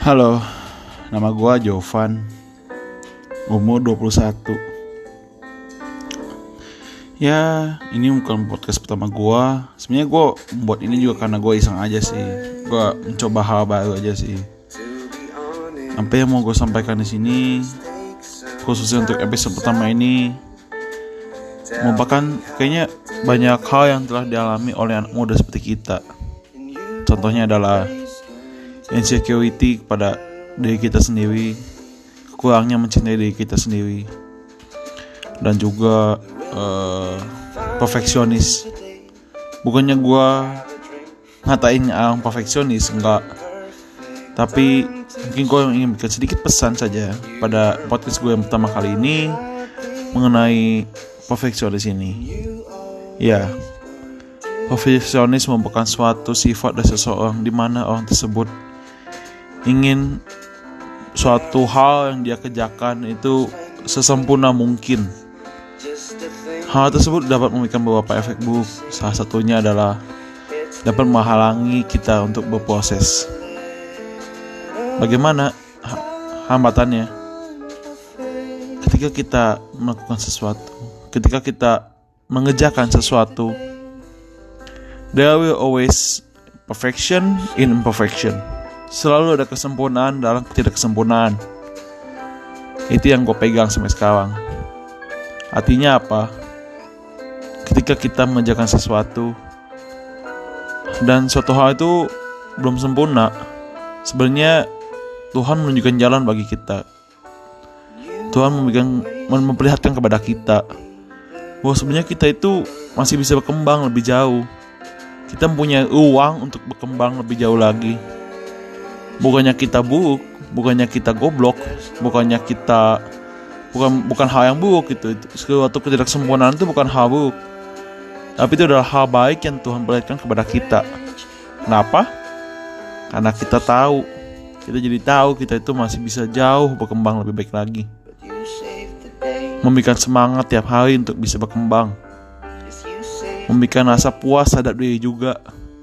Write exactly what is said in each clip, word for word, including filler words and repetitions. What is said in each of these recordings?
Halo, nama gua Jovan, umur dua puluh satu. Ya, ini bukan podcast pertama gua. Sebenarnya gua buat ini juga karena gua iseng aja sih. Gua mencoba hal baru aja sih. Apa yang mau gua sampaikan di sini, khususnya untuk episode pertama ini, merupakan kayaknya banyak hal yang telah dialami oleh anak muda seperti kita. Contohnya adalah insecurity kepada diri kita sendiri, kurangnya mencintai diri kita sendiri, dan juga uh, perfeksionis. Bukannya gue ngatain orang perfeksionis, enggak. Tapi mungkin gue ingin bikin sedikit pesan saja pada podcast gue yang pertama kali ini mengenai perfeksionis ini. Ya, perfeksionis merupakan suatu sifat dari seseorang di mana orang tersebut ingin suatu hal yang dia kerjakan itu sesempurna mungkin. Hal tersebut dapat memberikan beberapa efek buruk. Salah satunya adalah dapat menghalangi kita untuk berproses. Bagaimana hambatannya? Ketika kita melakukan sesuatu, ketika kita mengerjakan sesuatu, there will always perfection in imperfection. Selalu ada kesempurnaan dalam ketidaksempurnaan. Itu yang gue pegang sampai sekarang. Artinya apa? Ketika kita mengerjakan sesuatu dan suatu hal itu belum sempurna, sebenarnya Tuhan menunjukkan jalan bagi kita. Tuhan memberikan, memperlihatkan kepada kita bahwa sebenarnya kita itu masih bisa berkembang lebih jauh. Kita mempunyai uang untuk berkembang lebih jauh lagi. Bukannya kita buruk, bukannya kita goblok, bukannya kita bukan bukan hal yang buruk gitu. Suatu ketidaksempurnaan itu bukan hal buruk, tapi itu adalah hal baik yang Tuhan berikan kepada kita. Kenapa? Karena kita tahu, kita jadi tahu kita itu masih bisa jauh berkembang lebih baik lagi. Memberikan semangat tiap hari untuk bisa berkembang. Memberikan rasa puas terhadap diri juga.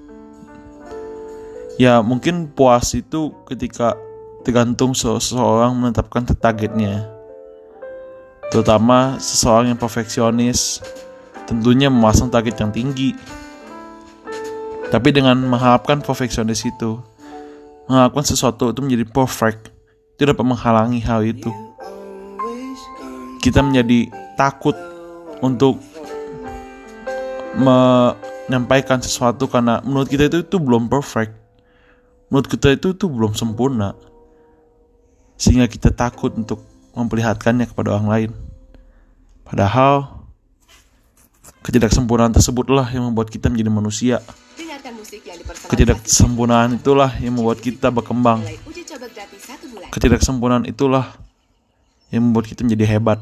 Ya mungkin puas itu ketika tergantung seseorang menetapkan targetnya. Terutama seseorang yang perfeksionis tentunya memasang target yang tinggi. Tapi dengan mengharapkan perfeksionis itu, mengharapkan sesuatu itu menjadi perfect, itu dapat menghalangi hal itu. Kita menjadi takut untuk menyampaikan sesuatu karena menurut kita itu itu belum perfect. Menurut kita itu itu belum sempurna. Sehingga kita takut untuk memperlihatkannya kepada orang lain. Padahal ketidaksempurnaan tersebutlah yang membuat kita menjadi manusia. Ketidaksempurnaan itulah yang membuat kita berkembang. Ketidaksempurnaan itulah yang membuat kita menjadi hebat.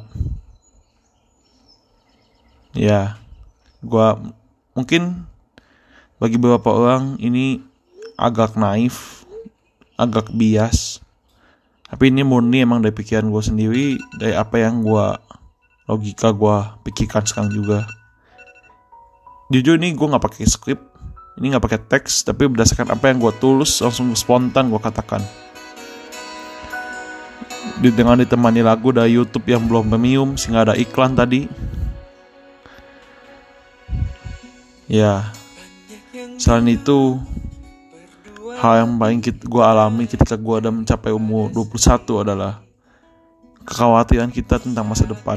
Ya, gua mungkin bagi beberapa orang ini agak naif, agak bias. Tapi ini murni emang dari pikiran gue sendiri, dari apa yang gue logika gue pikirkan sekarang juga. Jujur ini gue nggak pakai skrip, ini nggak pakai teks, tapi berdasarkan apa yang gue tulis langsung spontan gue katakan. Dengan ditemani lagu dari YouTube yang belum premium sehingga ada iklan tadi. Ya, selain itu, hal yang paling gue alami ketika gue udah mencapai umur dua puluh satu adalah kekhawatiran kita tentang masa depan.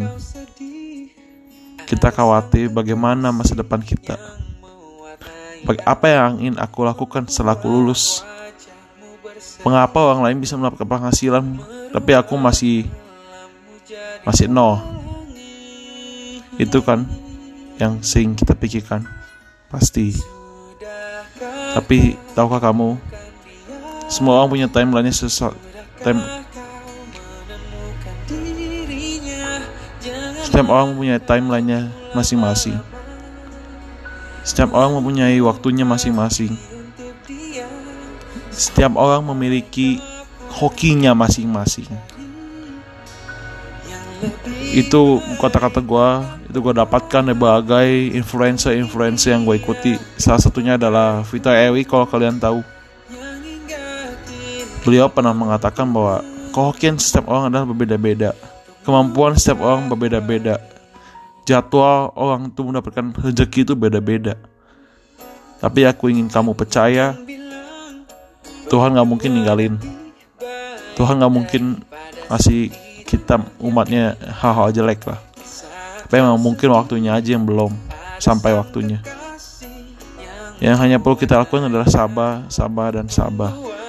Kita khawatir bagaimana masa depan kita. Apa yang ingin aku lakukan setelah aku lulus. Mengapa orang lain bisa mendapatkan penghasilan tapi aku masih masih nol. Itu kan yang sering kita pikirkan. Pasti. Tapi tahukah kamu, semua orang punya timeline-nya sesuatu. Time, setiap orang mempunyai timeline-nya masing-masing. Setiap orang mempunyai waktunya masing-masing. Setiap orang memiliki hokinya masing-masing. Itu kata-kata gue, itu gue dapatkan dari berbagai influencer-influencer yang gue ikuti. Salah satunya adalah Vita Ewi, kalau kalian tahu. Beliau pernah mengatakan bahwa kehokian setiap orang adalah berbeda-beda, kemampuan setiap orang berbeda-beda, jadwal orang itu mendapatkan rezeki itu beda-beda. Tapi aku ingin kamu percaya, Tuhan gak mungkin ninggalin. Tuhan gak mungkin kasih kita umatnya hal-hal jelek lah. Tapi memang mungkin waktunya aja yang belum sampai waktunya. Yang hanya perlu kita lakukan adalah sabar, sabar, dan sabar.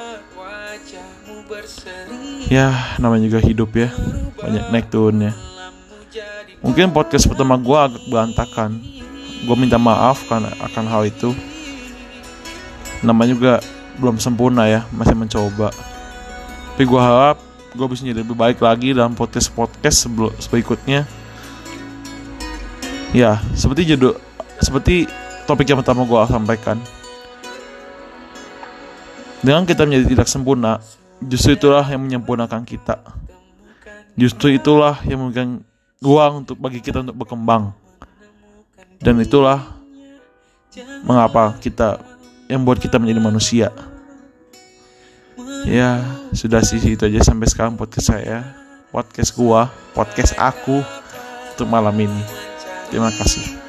Ya, namanya juga hidup ya, banyak naik turunnya. Mungkin podcast pertama gue agak berantakan. Gue minta maaf karena akan hal itu. Namanya juga belum sempurna ya, masih mencoba. Tapi gue harap gue bisa jadi lebih baik lagi dalam podcast-podcast berikutnya. Ya, seperti judul, seperti topik yang pertama gue sampaikan. Dengan kita menjadi tidak sempurna, justru itulah yang menyempurnakan kita. Justru itulah yang memberikan ruang untuk bagi kita untuk berkembang. Dan itulah mengapa kita, yang buat kita menjadi manusia. Ya, sudah sih itu aja sampai sekarang podcast saya, podcast gua, podcast aku untuk malam ini. Terima kasih.